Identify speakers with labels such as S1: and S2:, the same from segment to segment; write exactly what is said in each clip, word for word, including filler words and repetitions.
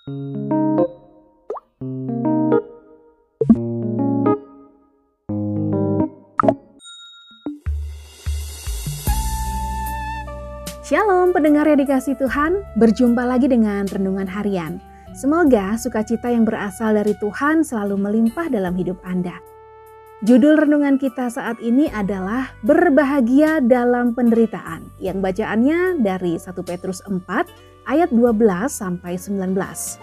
S1: Shalom pendengar yang dikasihi Tuhan, berjumpa lagi dengan Renungan Harian. Semoga sukacita yang berasal dari Tuhan selalu melimpah dalam hidup Anda. Judul renungan kita saat ini adalah Berbahagia dalam Penderitaan, yang bacaannya dari satu Petrus empat ayat dua belas sampai sembilan belas.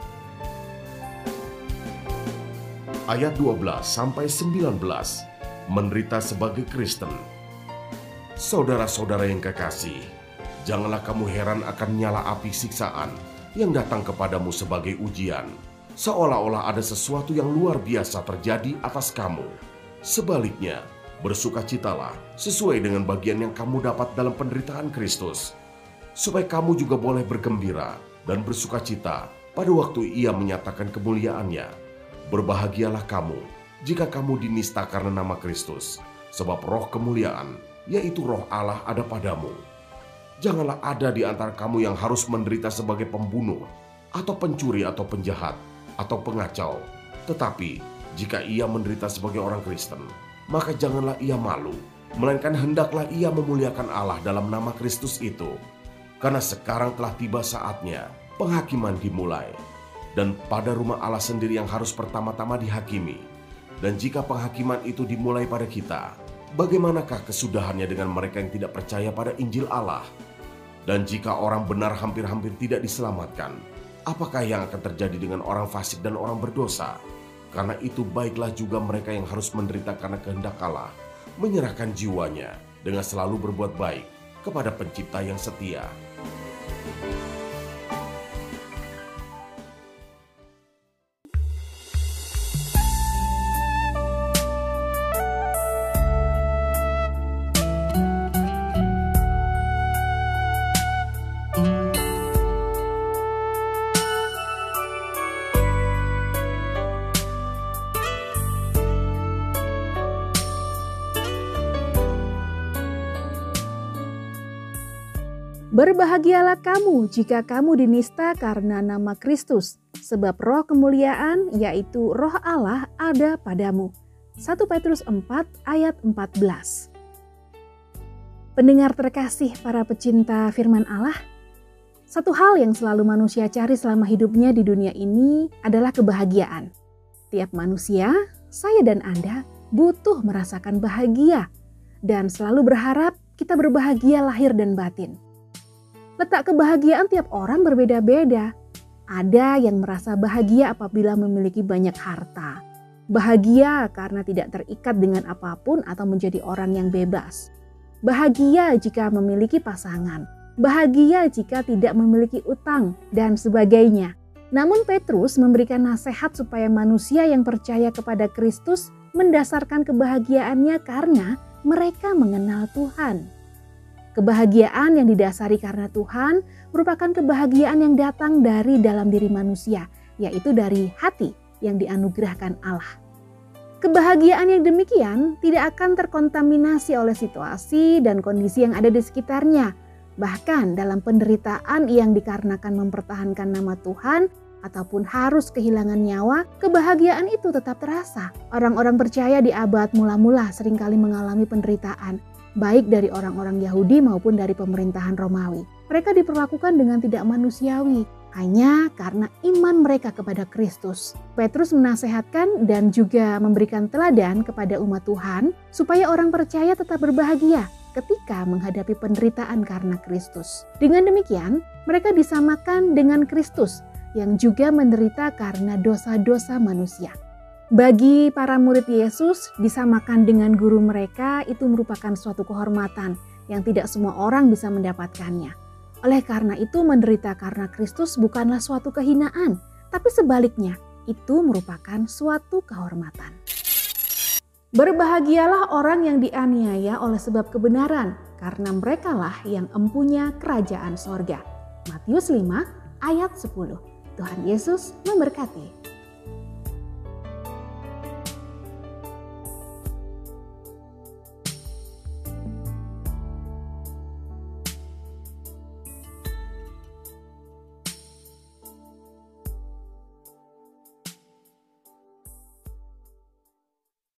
S2: Ayat dua belas sampai sembilan belas, menderita sebagai Kristen. Saudara-saudara yang kekasih, janganlah kamu heran akan nyala api siksaan yang datang kepadamu sebagai ujian, seolah-olah ada sesuatu yang luar biasa terjadi atas kamu. Sebaliknya, bersukacitalah sesuai dengan bagian yang kamu dapat dalam penderitaan Kristus, supaya kamu juga boleh bergembira dan bersukacita pada waktu Ia menyatakan kemuliaannya. Berbahagialah kamu jika kamu dinista karena nama Kristus, sebab roh kemuliaan, yaitu roh Allah ada padamu. Janganlah ada di antara kamu yang harus menderita sebagai pembunuh, atau pencuri, atau penjahat, atau pengacau. Tetapi jika ia menderita sebagai orang Kristen, maka janganlah ia malu, melainkan hendaklah ia memuliakan Allah dalam nama Kristus itu. Karena sekarang telah tiba saatnya penghakiman dimulai, dan pada rumah Allah sendiri yang harus pertama-tama dihakimi. Dan jika penghakiman itu dimulai pada kita, bagaimanakah kesudahannya dengan mereka yang tidak percaya pada Injil Allah? Dan jika orang benar hampir-hampir tidak diselamatkan, apakah yang akan terjadi dengan orang fasik dan orang berdosa? Karena itu baiklah juga mereka yang harus menderita karena kehendak Allah, menyerahkan jiwanya dengan selalu berbuat baik kepada Pencipta yang setia.
S1: Berbahagialah kamu jika kamu dinista karena nama Kristus, sebab roh kemuliaan yaitu roh Allah ada padamu. satu Petrus empat ayat empat belas. Pendengar terkasih para pecinta firman Allah, satu hal yang selalu manusia cari selama hidupnya di dunia ini adalah kebahagiaan. Tiap manusia, saya dan Anda, butuh merasakan bahagia dan selalu berharap kita berbahagia lahir dan batin. Letak kebahagiaan tiap orang berbeda-beda. Ada yang merasa bahagia apabila memiliki banyak harta. Bahagia karena tidak terikat dengan apapun atau menjadi orang yang bebas. Bahagia jika memiliki pasangan. Bahagia jika tidak memiliki utang dan sebagainya. Namun Petrus memberikan nasihat supaya manusia yang percaya kepada Kristus mendasarkan kebahagiaannya karena mereka mengenal Tuhan. Kebahagiaan yang didasari karena Tuhan merupakan kebahagiaan yang datang dari dalam diri manusia, yaitu dari hati yang dianugerahkan Allah. Kebahagiaan yang demikian tidak akan terkontaminasi oleh situasi dan kondisi yang ada di sekitarnya. Bahkan dalam penderitaan yang dikarenakan mempertahankan nama Tuhan ataupun harus kehilangan nyawa, kebahagiaan itu tetap terasa. Orang-orang percaya di abad mula-mula seringkali mengalami penderitaan, baik dari orang-orang Yahudi maupun dari pemerintahan Romawi. Mereka diperlakukan dengan tidak manusiawi, hanya karena iman mereka kepada Kristus. Petrus menasehatkan dan juga memberikan teladan kepada umat Tuhan, supaya orang percaya tetap berbahagia ketika menghadapi penderitaan karena Kristus. Dengan demikian, mereka disamakan dengan Kristus, yang juga menderita karena dosa-dosa manusia. Bagi para murid Yesus, disamakan dengan guru mereka itu merupakan suatu kehormatan yang tidak semua orang bisa mendapatkannya. Oleh karena itu, menderita karena Kristus bukanlah suatu kehinaan, tapi sebaliknya, itu merupakan suatu kehormatan. Berbahagialah orang yang dianiaya oleh sebab kebenaran, karena merekalah yang empunya kerajaan sorga. Matius lima ayat sepuluh. Tuhan Yesus memberkati.